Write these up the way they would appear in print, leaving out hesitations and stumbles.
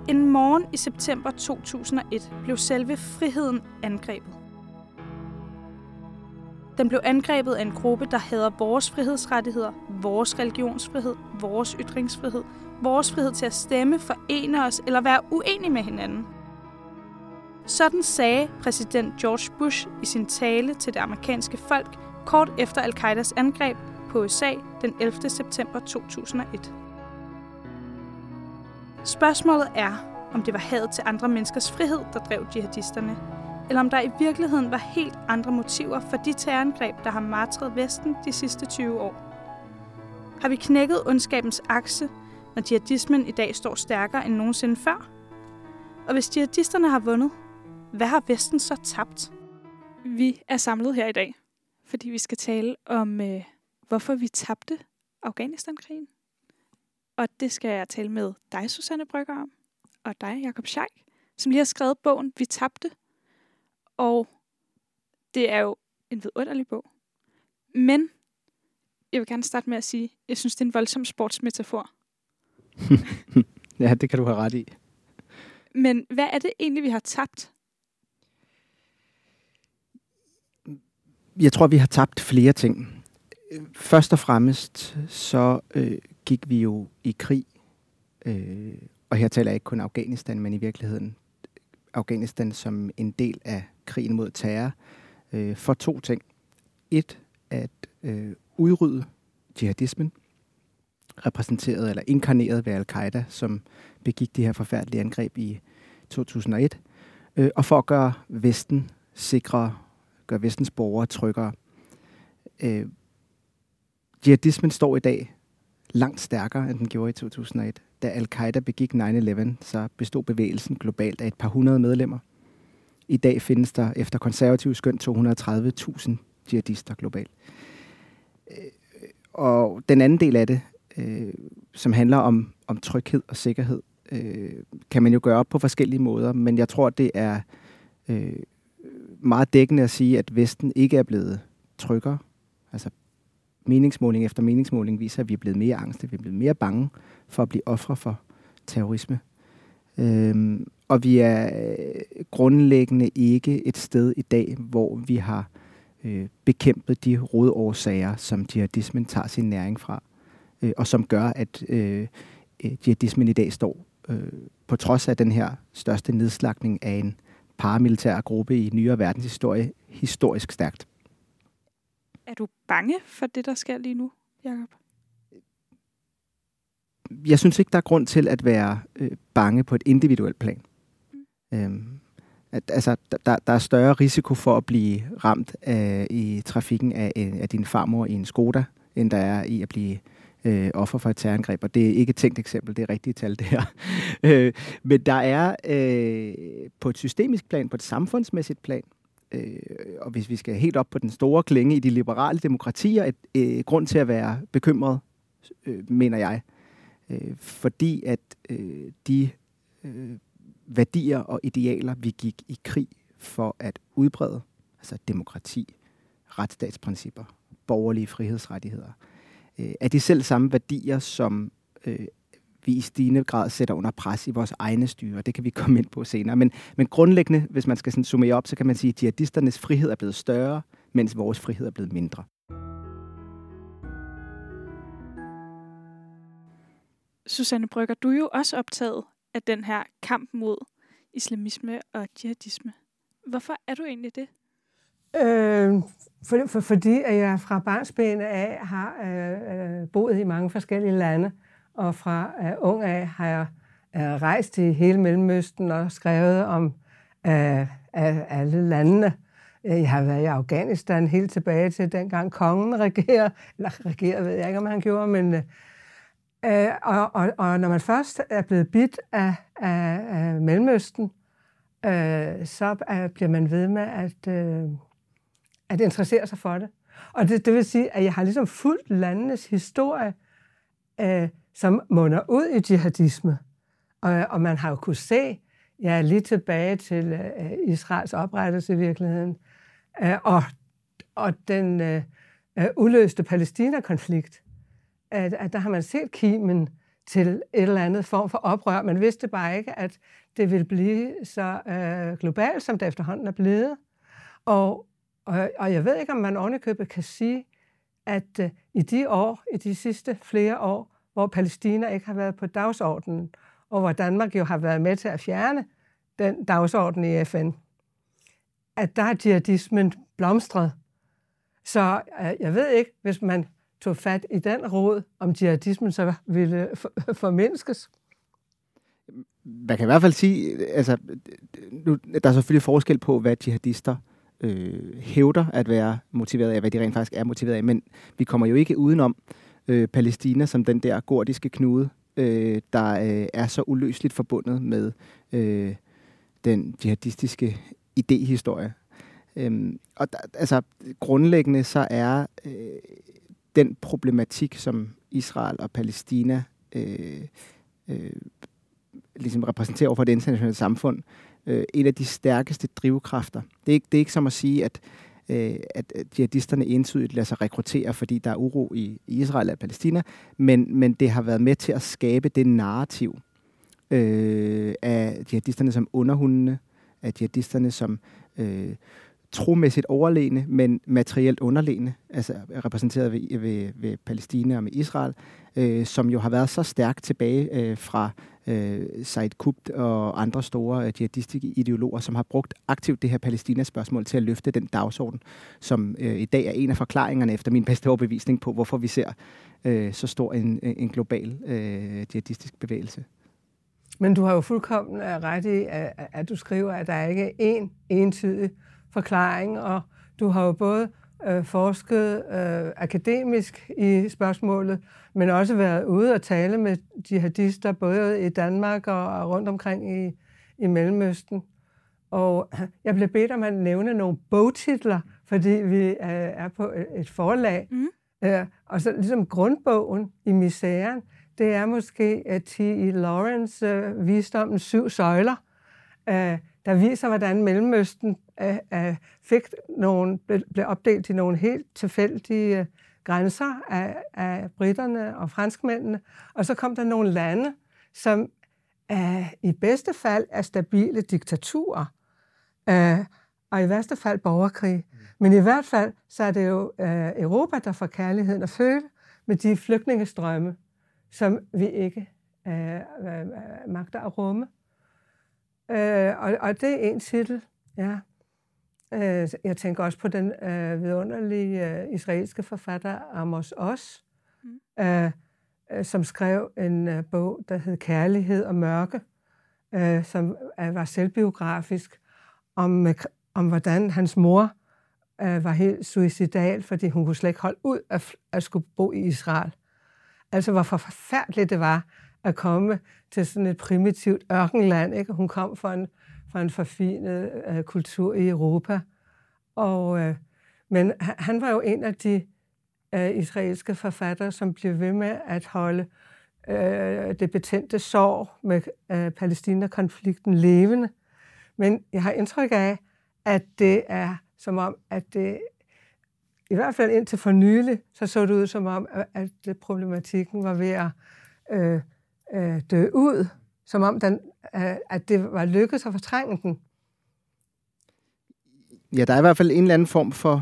En morgen i september 2001 blev selve friheden angrebet. Den blev angrebet af en gruppe, der hader vores frihedsrettigheder, vores religionsfrihed, vores ytringsfrihed, vores frihed til at stemme, forene os eller være uenige med hinanden. Sådan sagde præsident George Bush i sin tale til det amerikanske folk kort efter al-Qaidas angreb på USA den 11. september 2001. Spørgsmålet er, om det var hadet til andre menneskers frihed, der drev jihadisterne, eller om der i virkeligheden var helt andre motiver for de terrorangreb, der har martret Vesten de sidste 20 år. Har vi knækket ondskabens akse, når jihadismen i dag står stærkere end nogensinde før? Og hvis jihadisterne har vundet, hvad har Vesten så tabt? Vi er samlet her i dag, fordi vi skal tale om, hvorfor vi tabte Afghanistan-krigen. Og det skal jeg tale med dig, Susanne Brøgger, om, og dig, Jakob Scheik, som lige har skrevet bogen Vi tabte. Og det er jo en vidunderlig bog. Men jeg vil gerne starte med at sige, at jeg synes, det er en voldsom sportsmetafor. Ja, det kan du have ret i. Men hvad er det egentlig, vi har tabt? Jeg tror, vi har tabt flere ting. Først og fremmest så gik vi jo i krig, og her taler jeg ikke kun Afghanistan, men i virkeligheden Afghanistan som en del af krigen mod terror, for to ting. Et, at udrydde jihadismen, repræsenteret eller inkarneret ved al-Qaida, som begik de her forfærdelige angreb i 2001, og for at gøre Vesten sikrere, gøre Vestens borgere tryggere. Jihadismen står i dag langt stærkere, end den gjorde i 2001. Da al-Qaida begik 9/11, så bestod bevægelsen globalt af et par hundrede medlemmer. I dag findes der efter konservativ skøn 230.000 jihadister globalt. Og den anden del af det, som handler om tryghed og sikkerhed, kan man jo gøre op på forskellige måder, men jeg tror, det er meget dækkende at sige, at Vesten ikke er blevet tryggere. Altså meningsmåling efter meningsmåling viser, at vi er blevet mere angste, vi er blevet mere bange for at blive ofre for terrorisme. Og vi er grundlæggende ikke et sted i dag, hvor vi har bekæmpet de rodårsager, som jihadismen tager sin næring fra, og som gør, at jihadismen i dag står på trods af den her største nedslagning af en paramilitær gruppe i nyere verdenshistorie historisk stærkt. Er du bange for det, der sker lige nu, Jakob? Jeg synes ikke, der er grund til at være bange på et individuelt plan. Der er større risiko for at blive ramt i trafikken af din farmor i en Skoda, end der er i at blive offer for et terrorangreb. Og det er ikke et tænkt eksempel, det er rigtige tal, det her. Men der er på et systemisk plan, på et samfundsmæssigt plan, og hvis vi skal helt op på den store klinge i de liberale demokratier, et grund til at være bekymret, mener jeg. Fordi at de værdier og idealer, vi gik i krig for at udbrede, altså demokrati, retsstatsprincipper, borgerlige frihedsrettigheder, er de selv samme værdier, som vi i stigende grad sætter under pres i vores egne styre. Det kan vi komme ind på senere. Men grundlæggende, hvis man skal sådan summere op, så kan man sige, at jihadisternes frihed er blevet større, mens vores frihed er blevet mindre. Susanne Brøgger, du er jo også optaget af den her kamp mod islamisme og jihadisme. Hvorfor er du egentlig det? Fordi at jeg fra barnsben af har boet i mange forskellige lande, og fra ung af har jeg rejst i hele Mellemøsten og skrevet om alle landene. Jeg har været i Afghanistan helt tilbage til dengang kongen regerede, ved jeg ikke, om han gjorde, men og når man først er blevet bidt af Mellemøsten, så bliver man ved med at interessere sig for det. Og det vil sige, at jeg har ligesom fulgt landenes historie, som munder ud i jihadisme. Og man har jo kunnet se, lige tilbage til Israels oprettelse i virkeligheden, og den uløste Palæstina-konflikt, at der har man set kimen til et eller andet form for oprør. Man vidste bare ikke, at det ville blive så globalt, som det efterhånden er blevet. Og jeg ved ikke, om man ovenikøbet kan sige, at i de sidste flere år, hvor Palæstina ikke har været på dagsordenen, og hvor Danmark jo har været med til at fjerne den dagsorden i FN, at der er jihadismen blomstret. Så jeg ved ikke, hvis man tog fat i den rod, om jihadismen så ville formindskes. Man kan i hvert fald sige, altså, der er selvfølgelig forskel på, hvad jihadister hævder at være motiveret af, hvad de rent faktisk er motiveret af, men vi kommer jo ikke udenom Palæstina som den der gordiske knude, der er så uløseligt forbundet med den jihadistiske idéhistorie. Og altså, grundlæggende så er den problematik, som Israel og Palæstina ligesom repræsenterer over for det internationale samfund, en af de stærkeste drivkræfter. Det er ikke som at sige, at jihadisterne entydigt lader sig rekruttere, fordi der er uro i Israel og Palæstina, men det har været med til at skabe det narrativ af jihadisterne som underhundene, af jihadisterne som tromæssigt overlegne, men materielt underlegne, altså repræsenteret ved Palæstina og med Israel, som jo har været så stærkt tilbage fra Said Qutb og andre store jihadistiske ideologer, som har brugt aktivt det her Palæstina-spørgsmål til at løfte den dagsorden, som i dag er en af forklaringerne efter min bedste overbevisning på, hvorfor vi ser så stor en global jihadistisk bevægelse. Men du har jo fuldkommen ret i, at du skriver, at der ikke er én entydig forklaring, og du har jo både forsket akademisk i spørgsmålet, men også været ude og tale med jihadister, både i Danmark og rundt omkring i Mellemøsten. Og jeg blev bedt om at nævne nogle bogtitler, fordi vi er på et forlag. Og så ligesom grundbogen i misæren, det er måske T.E. Lawrence, Visdommens 7 søjler, der viser, hvordan Mellemøsten blev opdelt i nogle helt tilfældige grænser af britterne og franskmændene. Og så kom der nogle lande, som i bedste fald er stabile diktaturer, og i værste fald borgerkrig. Men i hvert fald så er det jo Europa, der får kærligheden at føle med de flygtningestrømme, som vi ikke magter at rumme. Og det er en titel, ja. Jeg tænker også på den vidunderlige israelske forfatter Amos Oz, som skrev en bog, der hed Kærlighed og mørke, som var selvbiografisk, om hvordan hans mor var helt suicidal, fordi hun kunne slet ikke holde ud at skulle bo i Israel. Altså, hvor forfærdeligt det var at komme til sådan et primitivt ørkenland, ikke? Hun kom fra en forfinet kultur i Europa. Men han var jo en af de israelske forfattere, som blev ved med at holde det betændte sår med Palæstina-konflikten levende. Men jeg har indtryk af, at det er som om, at det i hvert fald indtil for nylig, så det ud som om, at problematikken var ved at dø ud, som om at det var lykkedes at fortrænge den. Ja, der er i hvert fald en eller anden form for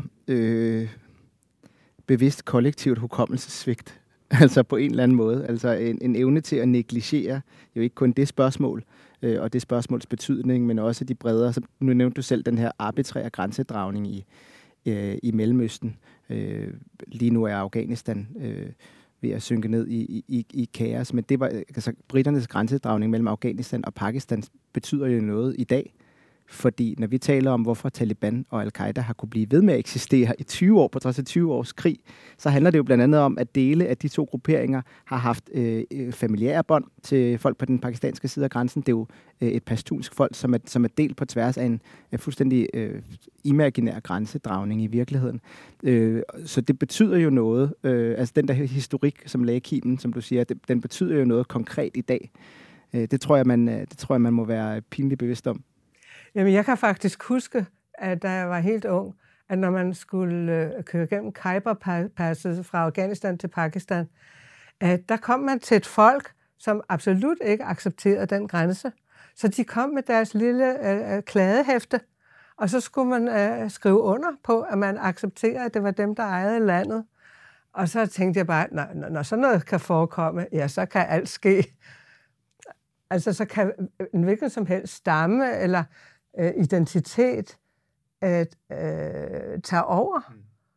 bevidst kollektivt hukommelsessvigt. Altså på en eller anden måde. Altså en evne til at negligere jo ikke kun det spørgsmål, og det spørgsmåls betydning, men også de bredere. Nu nævnte du selv den her arbitrære grænsedragning i Mellemøsten. Lige nu er Afghanistan ved at synke ned i kaos, men det var altså briternes grænsedragning mellem Afghanistan og Pakistan betyder jo noget i dag. Fordi når vi taler om, hvorfor Taliban og Al-Qaida har kunne blive ved med at eksistere i 20 år, på trods af 20 års krig, så handler det jo blandt andet om, at dele af de to grupperinger har haft familiære bånd til folk på den pakistanske side af grænsen. Det er jo et pashtunsk folk, som er delt på tværs af en fuldstændig imaginær grænsedragning i virkeligheden. Så det betyder jo noget. Altså den der historik, som lagde kimen, som du siger, den betyder jo noget konkret i dag. Det tror jeg, man må være pinligt bevidst om. Jamen, jeg kan faktisk huske, at da jeg var helt ung, at når man skulle køre gennem Khyber-passet fra Afghanistan til Pakistan, der kom man til et folk, som absolut ikke accepterede den grænse. Så de kom med deres lille kladehæfte, og så skulle man skrive under på, at man accepterede, at det var dem, der ejede landet. Og så tænkte jeg bare, når sådan noget kan forekomme, ja, så kan alt ske. Altså, så kan en hvilken som helst stamme eller identitet tage over.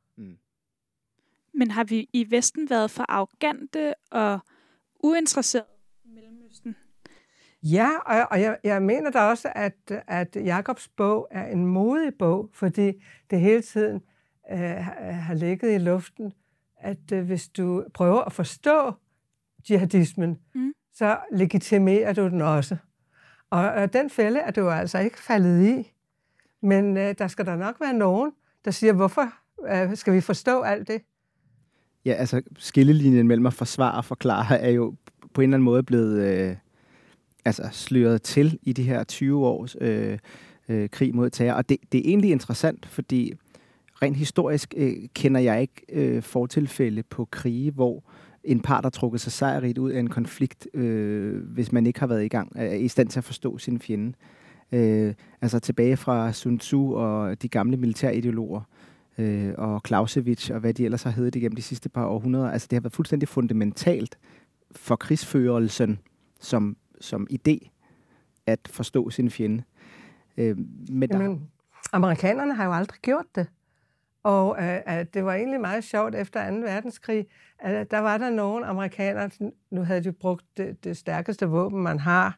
Men har vi i Vesten været for arrogante og uinteresserede i Mellemøsten? Ja, og jeg mener da også, at Jakobs bog er en modig bog, fordi det hele tiden har ligget i luften, at hvis du prøver at forstå jihadismen, så legitimerer du den også. Og den fælde er du altså ikke faldet i. Men der skal der nok være nogen, der siger, hvorfor skal vi forstå alt det? Ja, altså skillelinjen mellem at forsvare og forklare er jo på en eller anden måde blevet sløret til i de her 20 års krig mod terror. Og det er egentlig interessant, fordi rent historisk kender jeg ikke fortilfælde på krige, hvor en part har trukket sig sejrigt ud af en konflikt, hvis man ikke har været i stand til at forstå sin fjende. Altså tilbage fra Sun Tzu og de gamle militærideologer, og Clausewitz og hvad de ellers har heddet igennem de sidste par århundreder. Altså det har været fuldstændig fundamentalt for krigsførelsen som idé at forstå sin fjende. Men amerikanerne har jo aldrig gjort det. Og det var egentlig meget sjovt efter 2. verdenskrig, at der var der nogle amerikanere, nu havde de brugt det stærkeste våben, man har,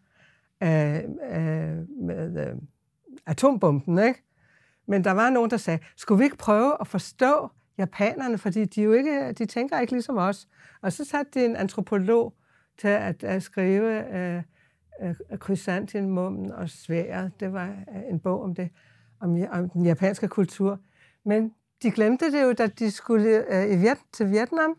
med atombomben, ikke? Men der var nogen, der sagde, skulle vi ikke prøve at forstå japanerne, fordi de tænker ikke ligesom os. Og så satte de en antropolog til at skrive Krysantemummen og sværdet. Det var en bog om det, om den japanske kultur. Men de glemte det jo, da de skulle til Vietnam.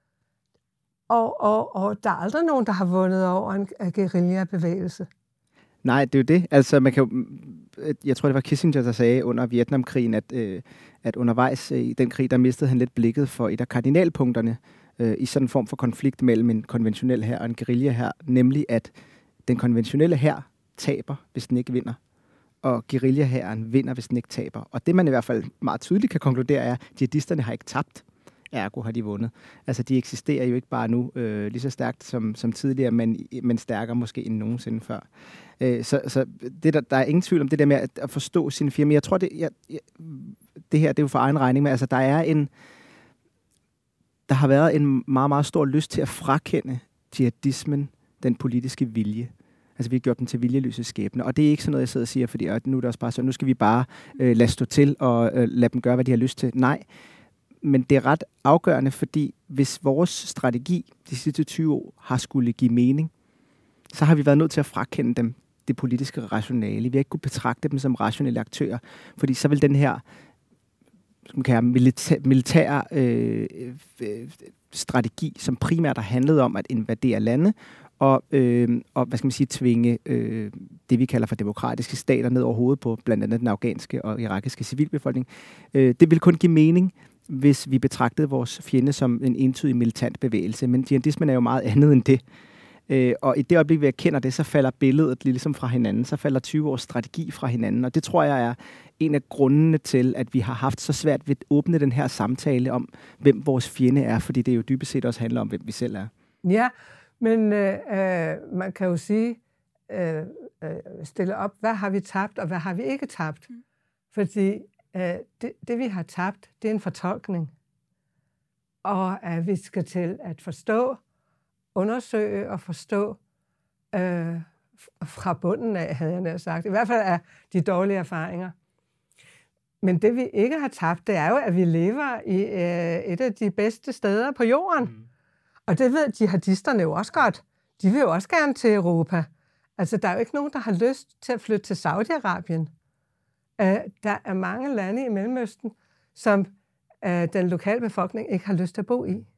Og der er aldrig nogen, der har vundet over en guerillabevægelse. Nej, det er jo det. Altså, jeg tror, det var Kissinger, der sagde under Vietnamkrigen, at undervejs i den krig, der mistede han lidt blikket for et af kardinalpunkterne i sådan en form for konflikt mellem en konventionel hær og en guerillahær, nemlig at den konventionelle hær taber, hvis den ikke vinder, og guerillahæren vinder, hvis den ikke taber. Og det, man i hvert fald meget tydeligt kan konkludere, er, at jihadisterne har ikke tabt. Ergo har de vundet. Altså, de eksisterer jo ikke bare nu lige så stærkt som tidligere, men stærkere måske end nogensinde før. Så det der er ingen tvivl om det der med at forstå sine fjender. Men jeg tror, det her det er jo for egen regning, men altså, der har været en meget, meget stor lyst til at frakende jihadismen den politiske vilje. Altså, vi har gjort dem til viljeløse skæbne. Og det er ikke sådan noget, jeg sidder og siger, fordi nu er det også bare så, nu skal vi bare lade stå til og lade dem gøre, hvad de har lyst til. Nej. Men det er ret afgørende, fordi hvis vores strategi de sidste 20 år har skulle give mening, så har vi været nødt til at frakende dem det politiske rationale. Vi har ikke kunnet betragte dem som rationelle aktører, fordi så vil den her militære strategi, som primært har handlet om at invadere lande, og hvad skal man sige, tvinge det, vi kalder for demokratiske stater ned over hovedet på blandt andet den afghanske og irakiske civilbefolkning. Det vil kun give mening, hvis vi betragtede vores fjende som en entydig militant bevægelse. Men jihadismen er jo meget andet end det. Og i det øjeblik, vi erkender det, så falder billedet ligesom fra hinanden. Så falder 20 års strategi fra hinanden. Og det tror jeg er en af grundene til, at vi har haft så svært ved at åbne den her samtale om, hvem vores fjende er. Fordi det jo dybest set også handler om, hvem vi selv er. Ja, men man kan jo sige, stille op, hvad har vi tabt, og hvad har vi ikke tabt? Fordi det, vi har tabt, det er en fortolkning. Og vi skal til at forstå, undersøge og forstå fra bunden af, havde jeg nær sagt. I hvert fald af de dårlige erfaringer. Men det, vi ikke har tabt, det er jo, at vi lever i et af de bedste steder på jorden. Og det ved jihadisterne jo også godt. De vil jo også gerne til Europa. Altså, der er jo ikke nogen, der har lyst til at flytte til Saudi-Arabien. Der er mange lande i Mellemøsten, som den lokale befolkning ikke har lyst til at bo i.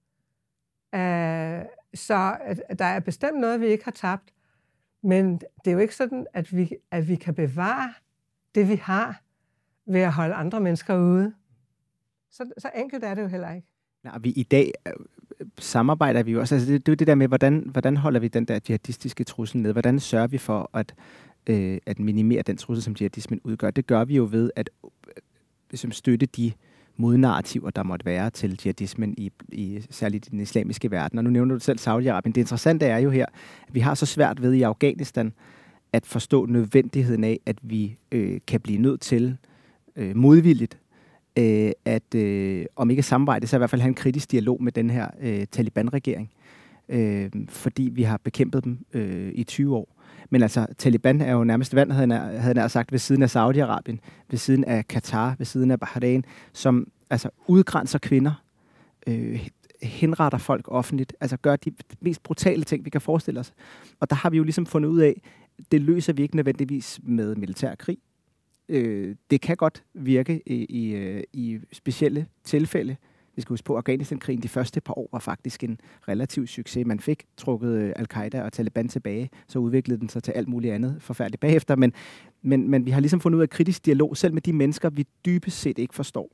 Så der er bestemt noget, vi ikke har tabt. Men det er jo ikke sådan, at vi kan bevare det, vi har, ved at holde andre mennesker ude. Så enkelt er det jo heller ikke. Nej, vi i dag samarbejder vi jo også. Altså det er jo det der med, hvordan holder vi den der jihadistiske trussel ned? Hvordan sørger vi for at minimere den trussel, som jihadismen udgør? Det gør vi jo ved at støtte de modnarrativer, der måtte være til jihadismen i særligt i den islamiske verden. Og nu nævner du selv Saudi-Arabien. Det interessante er jo her, at vi har så svært ved i Afghanistan at forstå nødvendigheden af, at vi kan blive nødt til modvilligt at om ikke samarbejde, så i hvert fald have en kritisk dialog med den her Taliban-regering. Fordi vi har bekæmpet dem i 20 år. Men altså, Taliban er jo nærmest vand, havde jeg sagt, ved siden af Saudi-Arabien, ved siden af Katar, ved siden af Bahrain, som altså udgrænser kvinder, henretter folk offentligt, altså gør de mest brutale ting, vi kan forestille os. Og der har vi jo ligesom fundet ud af, det løser vi ikke nødvendigvis med militær krig. Det kan godt virke i specielle tilfælde. Vi skal huske på, at Afghanistan-krigen de første par år var faktisk en relativ succes. Man fik trukket al-Qaida og Taliban tilbage, så udviklede den sig til alt muligt andet forfærdeligt bagefter. Men vi har ligesom fundet ud af, at kritisk dialog, selv med de mennesker, vi dybest set ikke forstår,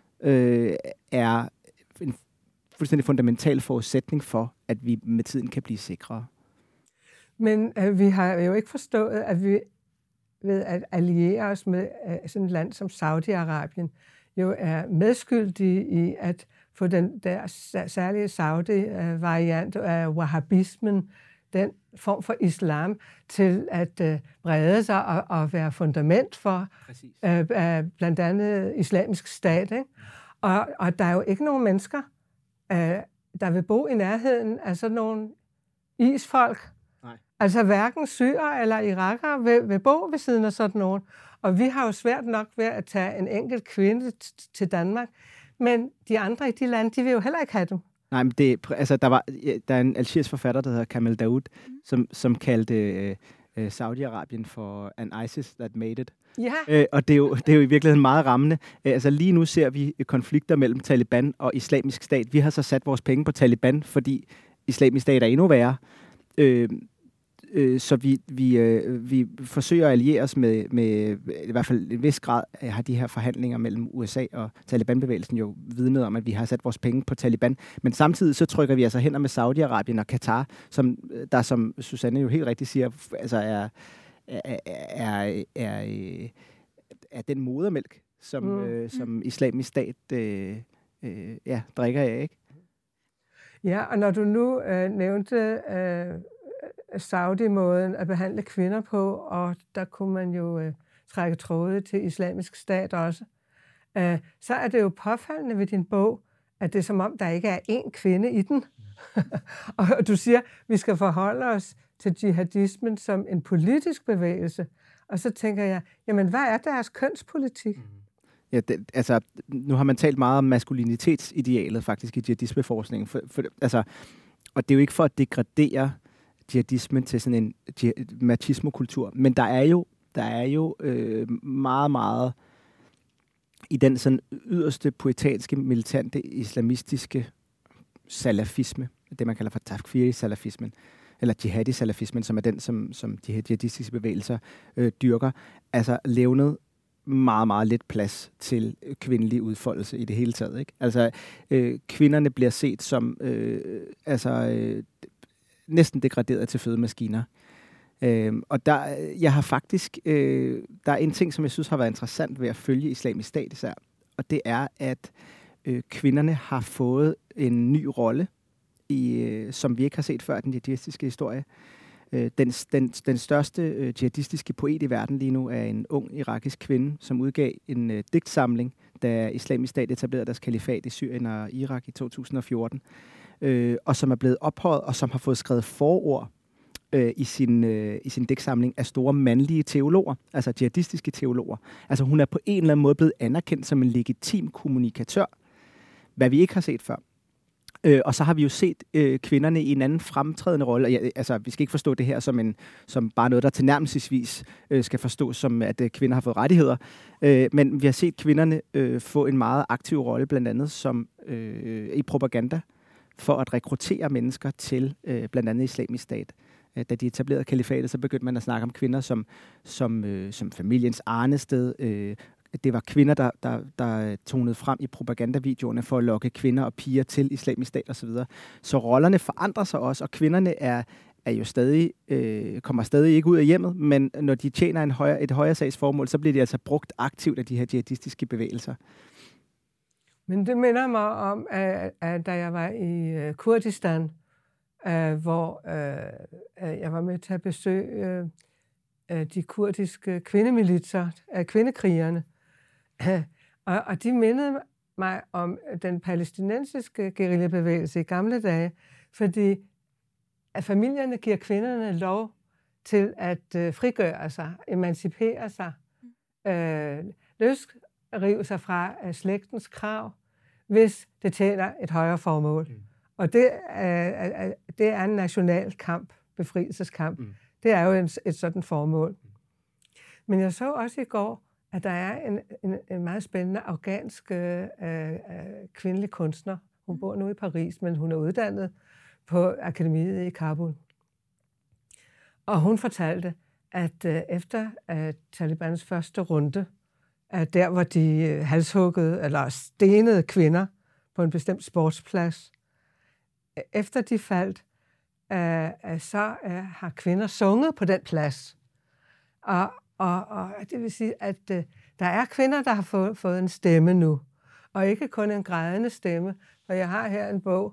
er en fuldstændig fundamental forudsætning for, at vi med tiden kan blive sikrere. Men vi har jo ikke forstået, at vi ved at alliere os med sådan et land som Saudi-Arabien, jo er medskyldige i at få den der særlige Saudi-variant af wahhabismen, den form for islam, til at brede sig og være fundament for blandt andet islamisk stat. Ikke? Og der er jo ikke nogen mennesker, der vil bo i nærheden af sådan nogle isfolk. Nej. Altså hverken syrer eller irakere vil bo ved siden af sådan nogen. Og vi har jo svært nok ved at tage en enkelt kvinde til Danmark. Men de andre i de lande, de vil jo heller ikke have dem. Nej, men der er en algerisk forfatter, der hedder Kamel Daoud, som kaldte Saudi-Arabien for an ISIS that made it. Ja. Og det er jo i virkeligheden meget rammende. Altså lige nu ser vi konflikter mellem Taliban og Islamisk Stat. Vi har så sat vores penge på Taliban, fordi Islamisk Stat er endnu værre. Så vi forsøger at alliere os med i hvert fald en vis grad har de her forhandlinger mellem USA og Taliban-bevægelsen jo vidnet om, at vi har sat vores penge på Taliban. Men samtidig så trykker vi altså hænder med Saudi-Arabien og Katar, som Susanne jo helt rigtigt siger, altså er den modermælk, som Islamisk Stat drikker af, ikke? Ja, og når du nu nævnte Saudi-måden at behandle kvinder på, og der kunne man jo trække tråde til Islamisk Stat også, så er det jo påfaldende ved din bog, at det er som om, der ikke er én kvinde i den. Og du siger, at vi skal forholde os til jihadismen som en politisk bevægelse. Og så tænker jeg, jamen hvad er deres kønspolitik? Ja, nu har man talt meget om maskulinitetsidealet faktisk i jihadismeforskningen. Og det er jo ikke for at degradere jihadismen til sådan en machismokultur, men der er jo meget, meget i den sådan yderste poetanske, militante, islamistiske salafisme, det man kalder for takfiri-salafismen, eller jihadi-salafismen, som er den, som de jihadistiske bevægelser dyrker, altså levnet meget, meget lidt plads til kvindelig udfoldelse i det hele taget. Ikke? Altså, kvinderne bliver set som næsten degraderet til fødemaskiner. Og jeg har faktisk, der er en ting, som jeg synes har været interessant ved at følge Islamisk Stat især, og det er, at kvinderne har fået en ny rolle, som vi ikke har set før i den jihadistiske historie. Den største jihadistiske poet i verden lige nu er en ung irakisk kvinde, som udgav en digtsamling, da Islamisk Stat etablerede deres kalifat i Syrien og Irak i 2014, og som er blevet ophøjet, og som har fået skrevet forord i sin digtsamling af store mandlige teologer, altså jihadistiske teologer. Altså hun er på en eller anden måde blevet anerkendt som en legitim kommunikatør, hvad vi ikke har set før. Og så har vi jo set kvinderne i en anden fremtrædende rolle. Vi skal ikke forstå det her som bare noget, der tilnærmelsesvis skal forstås som, at kvinder har fået rettigheder. Men vi har set kvinderne få en meget aktiv rolle, blandt andet som i propaganda, for at rekruttere mennesker til blandt andet Islamisk Stat. Da de etablerede kalifatet, så begyndte man at snakke om kvinder som familiens arnested, det var kvinder, der tonede frem i propagandavideoerne for at lokke kvinder og piger til Islamisk Stat osv. Så rollerne forandrer sig også, og kvinderne er jo stadig, kommer stadig ikke ud af hjemmet, men når de tjener et højere sagsformål, så bliver de altså brugt aktivt af de her jihadistiske bevægelser. Men det minder mig om, at da jeg var i Kurdistan, hvor jeg var med til at besøge de kurdiske kvindemilitser, kvindekrigerne. Og de mindede mig om den palæstinensiske guerillabevægelse i gamle dage, fordi at familierne giver kvinderne lov til at frigøre sig, emancipere sig, løsrive sig fra slægtens krav, hvis det tjener et højere formål. Og det er en national kamp, befrielseskamp. Det er jo et sådan formål. Men jeg så også i går, at der er en meget spændende afghansk kvindelig kunstner. Hun bor nu i Paris, men hun er uddannet på akademiet i Kabul. Og hun fortalte, at efter Talibans første runde, der hvor de halshuggede eller stenede kvinder på en bestemt sportsplads, efter de faldt, så har kvinder sunget på den plads. Og det vil sige, at der er kvinder, der har fået en stemme nu. Og ikke kun en grædende stemme. For jeg har her en bog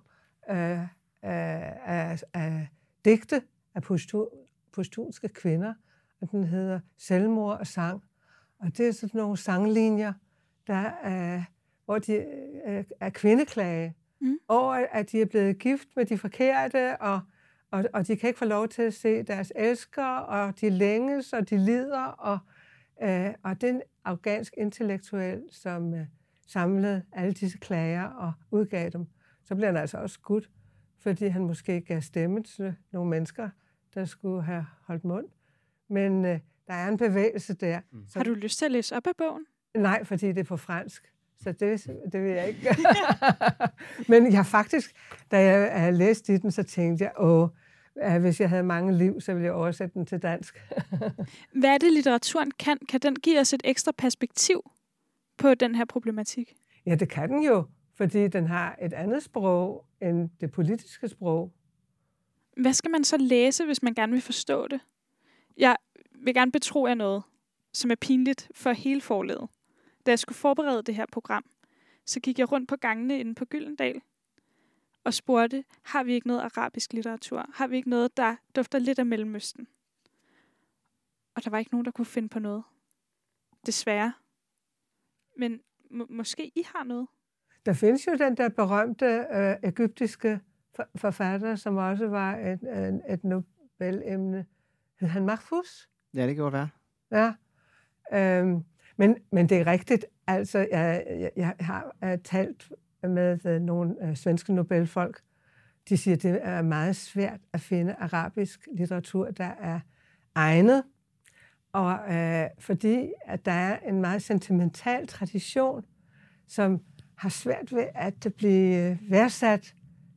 af digte af pashtunske kvinder, og den hedder Selvmord og sang. Og det er sådan nogle sanglinjer, hvor de er kvindeklage over, at de er blevet gift med de forkerte, og de kan ikke få lov til at se deres elsker, og de længes, og de lider, og den afghansk intellektuel, som samlede alle disse klager og udgav dem, så bliver han altså også skudt, fordi han måske gav stemme til nogle mennesker, der skulle have holdt mund. Men der er en bevægelse der. Har du lyst til at læse op af bogen? Nej, fordi det er på fransk. Så det vil jeg ikke. Men jeg faktisk, da jeg læste i den, så tænkte jeg, hvis jeg havde mange liv, så ville jeg oversætte den til dansk. Hvad er det, litteraturen kan? Kan den give os et ekstra perspektiv på den her problematik? Ja, det kan den jo, fordi den har et andet sprog end det politiske sprog. Hvad skal man så læse, hvis man gerne vil forstå det? Jeg vil gerne betro jer noget, som er pinligt for hele forlaget. Da jeg skulle forberede det her program, så gik jeg rundt på gangene inde på Gyldendal og spurgte, har vi ikke noget arabisk litteratur? Har vi ikke noget, der dufter lidt af Mellemøsten? Og der var ikke nogen, der kunne finde på noget. Desværre. Men måske I har noget? Der findes jo den der berømte egyptiske forfatter, som også var et Nobelemne. Hed han Mahfouz? Ja, det kan godt være. Ja. Men det er rigtigt. Altså, jeg har talt med nogle svenske Nobelfolk. De siger, at det er meget svært at finde arabisk litteratur, der er egnet. Og fordi at der er en meget sentimental tradition, som har svært ved at blive værdsat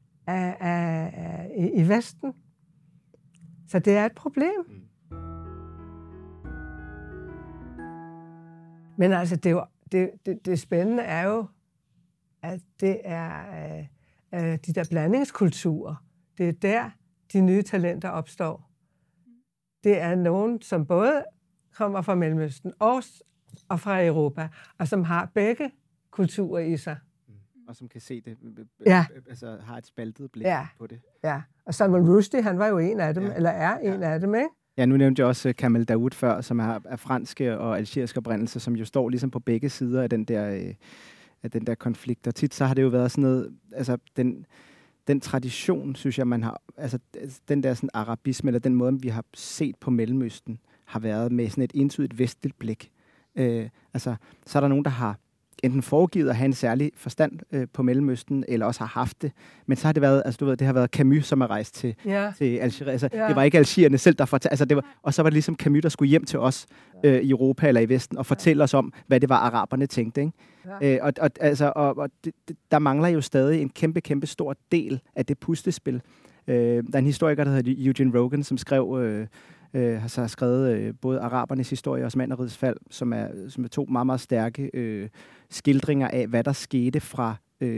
i Vesten. Så det er et problem. Men altså, det spændende er jo, at det er de der blandingskulturer. Det er der, de nye talenter opstår. Det er nogen, som både kommer fra Mellemøsten og fra Europa, og som har begge kulturer i sig. Og som kan se det, altså har et spaltet blik på det. Ja, og Salman Rushdie, han var jo en af dem, eller er en af dem, ikke? Ja, nu nævnte jeg også Kamel Daoud før, som er franske og algeriske oprindelse, som jo står ligesom på begge sider af den der konflikt. Og tit så har det jo været sådan noget, altså den tradition, synes jeg, man har, altså den der sådan arabisme, eller den måde, vi har set på Mellemøsten, har været med sådan et entydigt vestligt blik. Altså, så er der nogen, der har enten foregivet at have en særlig forstand på Mellemøsten, eller også har haft det. Men så har det været, altså du ved, det har været Camus, som er rejst til Algeriet. Altså, det var ikke algerierne selv, der fortalte. Altså, det var, og så var det ligesom Camus, der skulle hjem til os i Europa eller i Vesten og fortælle os om, hvad det var, araberne tænkte. Ikke? Ja. Der mangler jo stadig en kæmpe stor del af det puslespil. Der er en historiker, der hedder Eugene Rogan, som skrev har så skrevet både Arabernes historie og Osmannerrigets fald, som er to meget, meget stærke skildringer af, hvad der skete fra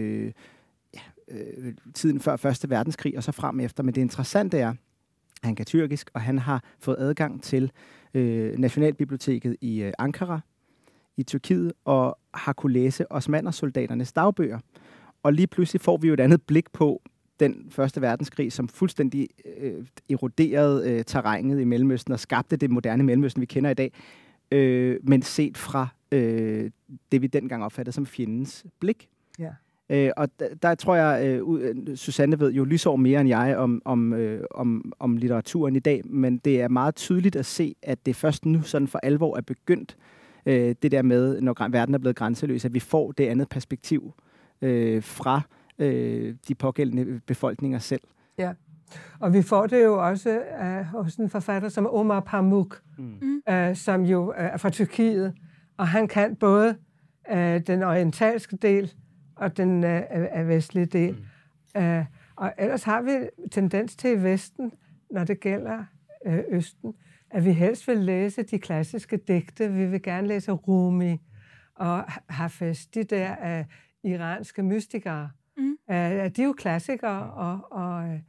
tiden før Første Verdenskrig og så frem efter. Men det interessante er, at han kan tyrkisk, og han har fået adgang til Nationalbiblioteket i Ankara i Tyrkiet, og har kunne læse osmannersoldaternes dagbøger. Og lige pludselig får vi jo et andet blik på den Første Verdenskrig, som fuldstændig eroderede terrænet i Mellemøsten og skabte det moderne Mellemøsten, vi kender i dag, men set fra det, vi dengang opfattede som fjendens blik. Ja. Og der tror jeg, Susanne ved jo lysår mere end jeg om litteraturen i dag, men det er meget tydeligt at se, at det først nu sådan for alvor er begyndt, det der med, når verden er blevet grænseløs, at vi får det andet perspektiv fra de pågældende befolkninger selv. Ja, og vi får det jo også hos en forfatter som Omar Pamuk, som jo er fra Tyrkiet, og han kan både den orientalske del og den vestlige del. Og ellers har vi tendens til i Vesten, når det gælder Østen, at vi helst vil læse de klassiske digte. Vi vil gerne læse Rumi og Hafez, de der iranske mystikere. De er jo klassikere,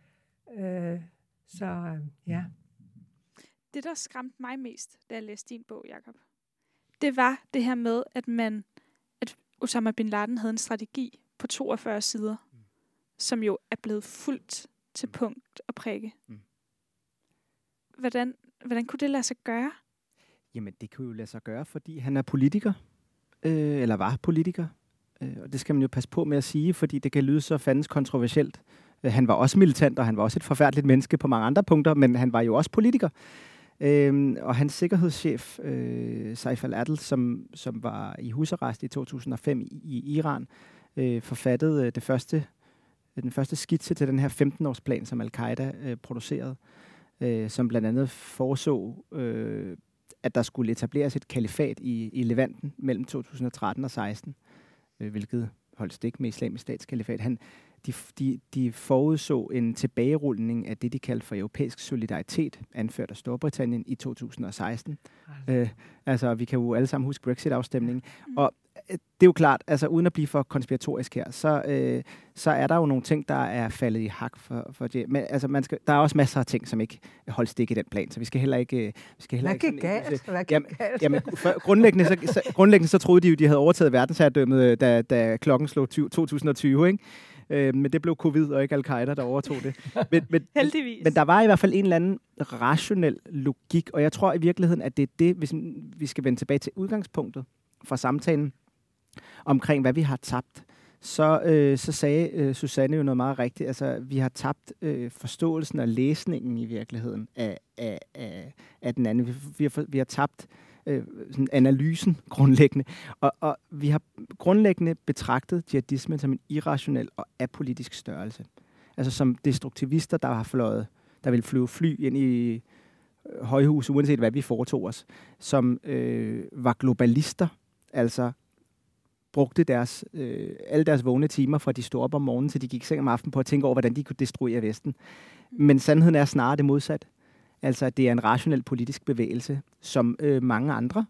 ja. Det, der skræmte mig mest, da jeg læste din bog, Jacob, det var det her med, at Osama bin Laden havde en strategi på 42 sider, som jo er blevet fuldt til punkt og prikke. Hvordan kunne det lade sig gøre? Jamen, det kunne jo lade sig gøre, fordi han er politiker, eller var politiker. Og det skal man jo passe på med at sige, fordi det kan lyde så fandens kontroversielt. Han var også militant, og han var også et forfærdeligt menneske på mange andre punkter, men han var jo også politiker. Og hans sikkerhedschef, Saif al-Adel, som var i husarrest i 2005 i Iran, forfattede den første skitse til den her 15-årsplan, som al-Qaida producerede, som blandt andet foreså, at der skulle etableres et kalifat i Levanten mellem 2013 og 16, hvilket holdt stik med Islamisk Stats kalifat. De forudså en tilbagerulning af det, de kaldte for europæisk solidaritet, anført af Storbritannien i 2016. Altså, vi kan jo alle sammen huske Brexit-afstemningen. Og det er jo klart, altså uden at blive for konspiratorisk her, så er der jo nogle ting, der er faldet i hak for det. Men altså, der er også masser af ting, som ikke holdt stik i den plan, så vi skal heller ikke... Hvad gik galt? Jamen, grundlæggende så troede de jo, de havde overtaget verdensherredømmet, da klokken slog 2020, ikke? Men det blev covid og ikke al-Qaida, der overtog det. Men, heldigvis. Men der var i hvert fald en eller anden rationel logik, og jeg tror i virkeligheden, at det er det, hvis vi skal vende tilbage til udgangspunktet fra samtalen omkring, hvad vi har tabt. Så sagde Susanne jo noget meget rigtigt. Altså, vi har tabt forståelsen og læsningen i virkeligheden af den anden. Vi har tabt sådan analysen grundlæggende. Og vi har grundlæggende betragtet jihadismen som en irrationel og apolitisk størrelse. Altså som destruktivister, der vil flyve fly ind i højhus, uanset hvad vi foretog os. Som var globalister, altså brugte alle deres vågne timer fra de stod op om morgenen, til de gik seng om aftenen på at tænke over, hvordan de kunne destruere Vesten. Men sandheden er snarere det modsatte. Altså, at det er en rationel politisk bevægelse, som mange andre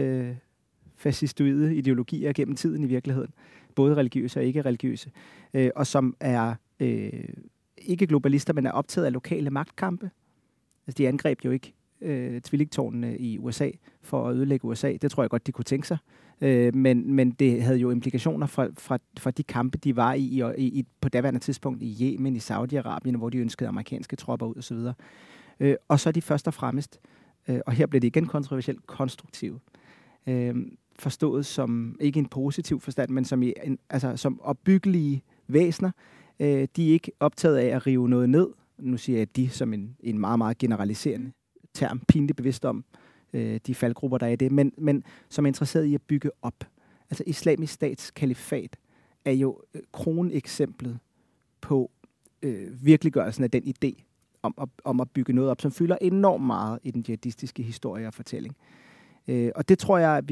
fascistoide ideologier gennem tiden i virkeligheden, både religiøse og ikke-religiøse, og som er ikke globalister, men er optaget af lokale magtkampe. Altså, de angreb jo ikke tvillingtårnene i USA for at ødelægge USA. Det tror jeg godt, de kunne tænke sig. Men det havde jo implikationer fra de kampe, de var i på daværende tidspunkt i Yemen, i Saudi-Arabien, hvor de ønskede amerikanske tropper ud osv. Og så er de først og fremmest, og her bliver det igen kontroversielt, konstruktive. Forstået som, ikke en positiv forstand, men som opbyggelige væsener. De er ikke optaget af at rive noget ned. Nu siger jeg de som en meget, meget generaliserende term, pinligt bevidst om de faldgrupper, der er i det, men som er interesseret i at bygge op. Altså Islamisk Stats kalifat er jo kroneksemplet på virkeliggørelsen af den idé om at bygge noget op, som fylder enormt meget i den jihadistiske historie og fortælling. Og det tror jeg, at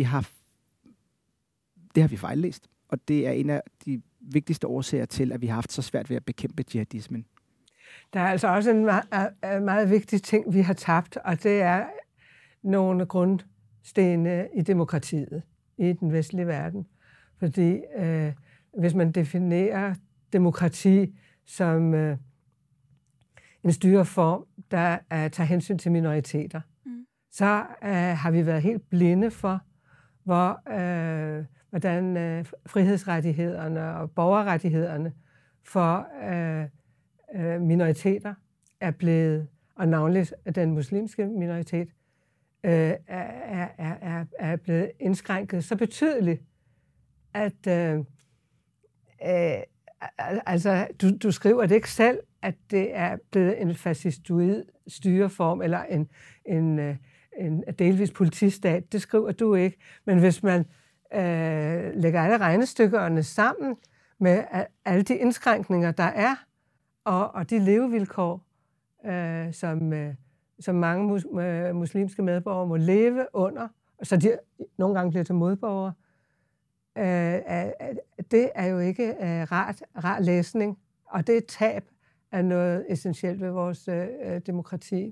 det har vi fejllæst. Og det er en af de vigtigste årsager til, at vi har haft så svært ved at bekæmpe jihadismen. Der er altså også en meget vigtig ting, vi har tabt, og det er nogle grundstene i demokratiet i den vestlige verden. Fordi hvis man definerer demokrati som en styreform, der tager hensyn til minoriteter, så har vi været helt blinde for, hvordan frihedsrettighederne og borgerrettighederne for minoriteter er blevet, og navnlig den muslimske minoritet, er blevet indskrænket så betydeligt, at altså, du skriver det ikke selv, at det er blevet en fascistoid styreform eller en delvis politistat. Det skriver du ikke. Men hvis man lægger alle regnestykkerne sammen med alle de indskrænkninger, der er, og de levevilkår, som mange muslimske medborgere må leve under, så de nogle gange bliver til modborgere, det er jo ikke rar læsning, og det er et tab af noget essentielt ved vores demokrati.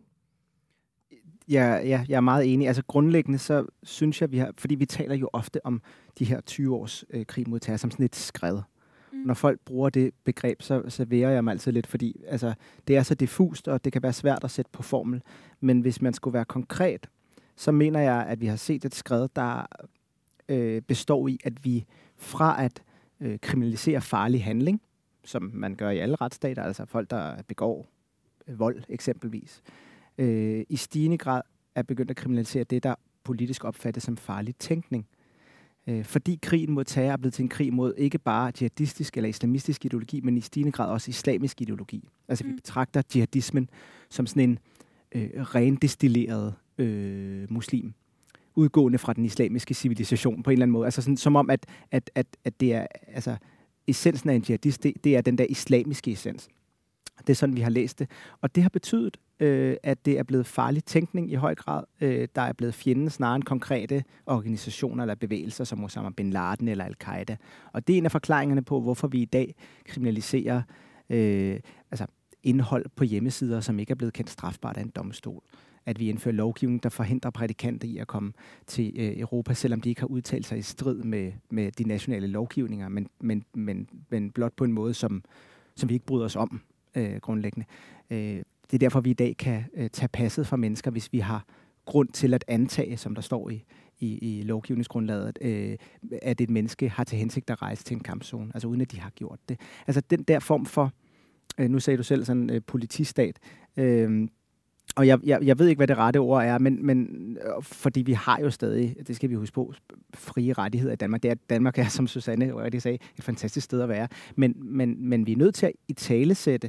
Jeg er meget enig. Altså grundlæggende så synes jeg, fordi vi taler jo ofte om de her 20 års krig mod terror som sådan et skred. Når folk bruger det begreb, så værer jeg mig altid lidt, fordi altså, det er så diffust, og det kan være svært at sætte på formel. Men hvis man skulle være konkret, så mener jeg, at vi har set et skred, der består i, at vi fra at kriminalisere farlig handling, som man gør i alle retsstater, altså folk, der begår vold eksempelvis, i stigende grad er begyndt at kriminalisere det, der politisk opfattes som farlig tænkning. Fordi krigen mod terror er blevet til en krig mod ikke bare jihadistisk eller islamistisk ideologi, men i stigende grad også islamisk ideologi. Altså vi betragter jihadismen som sådan en rendestilleret muslim, udgående fra den islamiske civilisation på en eller anden måde. Altså sådan, som om, at det er, altså, essensen af en jihadist, det er den der islamiske essens. Det er sådan, vi har læst det. Og det har betydet, at det er blevet farlig tænkning i høj grad. Der er blevet fjenden snarere end konkrete organisationer eller bevægelser, som Osama bin Laden eller Al-Qaida. Og det er en af forklaringerne på, hvorfor vi i dag kriminaliserer indhold på hjemmesider, som ikke er blevet kendt strafbart af en domstol. At vi indfører lovgivning, der forhindrer prædikanter i at komme til Europa, selvom de ikke har udtalt sig i strid med de nationale lovgivninger, men blot på en måde, som vi ikke bryder os om grundlæggende. Det er derfor, vi i dag kan tage passet fra mennesker, hvis vi har grund til at antage, som der står i lovgivningsgrundlaget, at et menneske har til hensigt at rejse til en kampzone, altså uden at de har gjort det. Altså den der form for, nu sagde du selv sådan politistat, og jeg ved ikke, hvad det rette ord er, men fordi vi har jo stadig, det skal vi huske på, frie rettigheder i Danmark. Danmark er, som Susanne rigtig sagde, et fantastisk sted at være. Men vi er nødt til at italesætte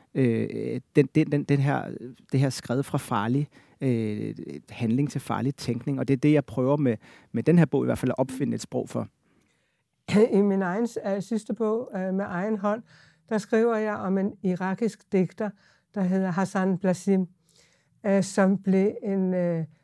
det her skred fra farlig handling til farlig tænkning. Og det er det, jeg prøver med den her bog i hvert fald at opfinde et sprog for. I min egen sidste bog, Med egen hånd, der skriver jeg om en irakisk digter, der hedder Hassan Blasim, som blev en...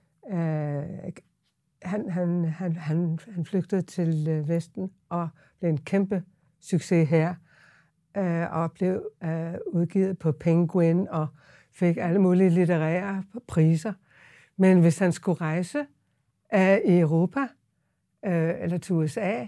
Han flygtede til Vesten og blev en kæmpe succes her, og blev udgivet på Penguin og fik alle mulige litterære priser. Men hvis han skulle rejse i Europa eller til USA,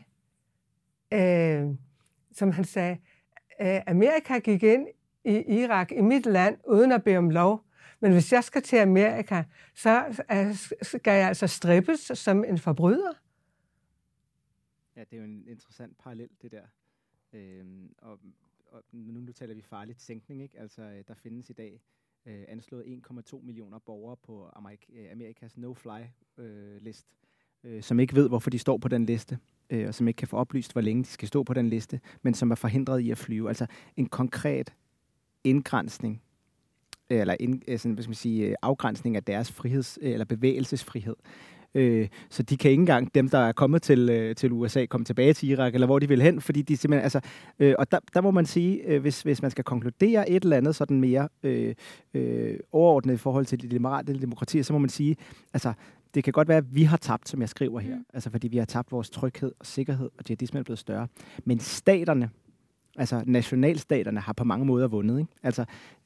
som han sagde, Amerika gik ind i Irak, i mit land, uden at bede om lov. Men hvis jeg skal til Amerika, så skal jeg altså strippes som en forbryder. Ja, det er jo en interessant parallel, det der. Og nu taler vi farlig tænkning, ikke? Altså, der findes i dag anslået 1,2 millioner borgere på Amerikas no-fly-list, som ikke ved, hvorfor de står på den liste, og som ikke kan få oplyst, hvor længe de skal stå på den liste, men som er forhindret i at flyve. Altså en konkret indgrænsning, eller afgrænsning af deres friheds- eller bevægelsesfrihed. Så de kan ikke engang, dem der er kommet til USA, komme tilbage til Irak, eller hvor de vil hen, fordi de simpelthen, og der må man sige, hvis man skal konkludere et eller andet sådan mere overordnet i forhold til det liberale demokrati, så må man sige, altså, det kan godt være, at vi har tabt, som jeg skriver her, altså fordi vi har tabt vores tryghed og sikkerhed, og jihadismen er blevet større. Men staterne, Altså, nationalstaterne har på mange måder vundet, ikke? Altså,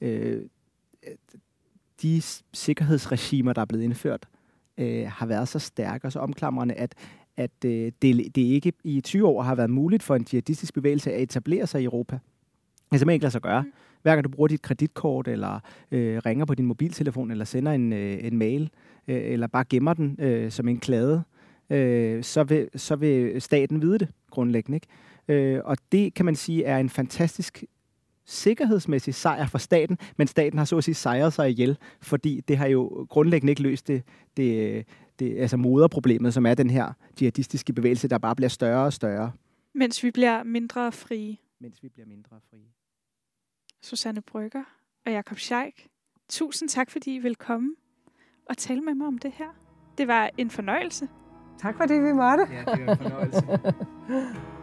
de sikkerhedsregimer, der er blevet indført, har været så stærke og så omklamrende, at det ikke i 20 år har været muligt for en jihadistisk bevægelse at etablere sig i Europa. Det kan simpelthen ikke lade sig gøre. Hver gang du bruger dit kreditkort, eller ringer på din mobiltelefon, eller sender en mail, eller bare gemmer den som en klade, så vil staten vide det grundlæggende, ikke? Og det kan man sige er en fantastisk sikkerhedsmæssig sejr for staten, men staten har så at sige sejret sig ihjel, fordi det har jo grundlæggende ikke løst det altså moderproblemet, som er den her jihadistiske bevægelse, der bare bliver større og større. Mens vi bliver mindre frie. Susanne Brøgger og Jakob Sheik, tusind tak, fordi I ville komme og tale med mig om det her. Det var en fornøjelse. Tak fordi vi måtte. Ja, det var en fornøjelse.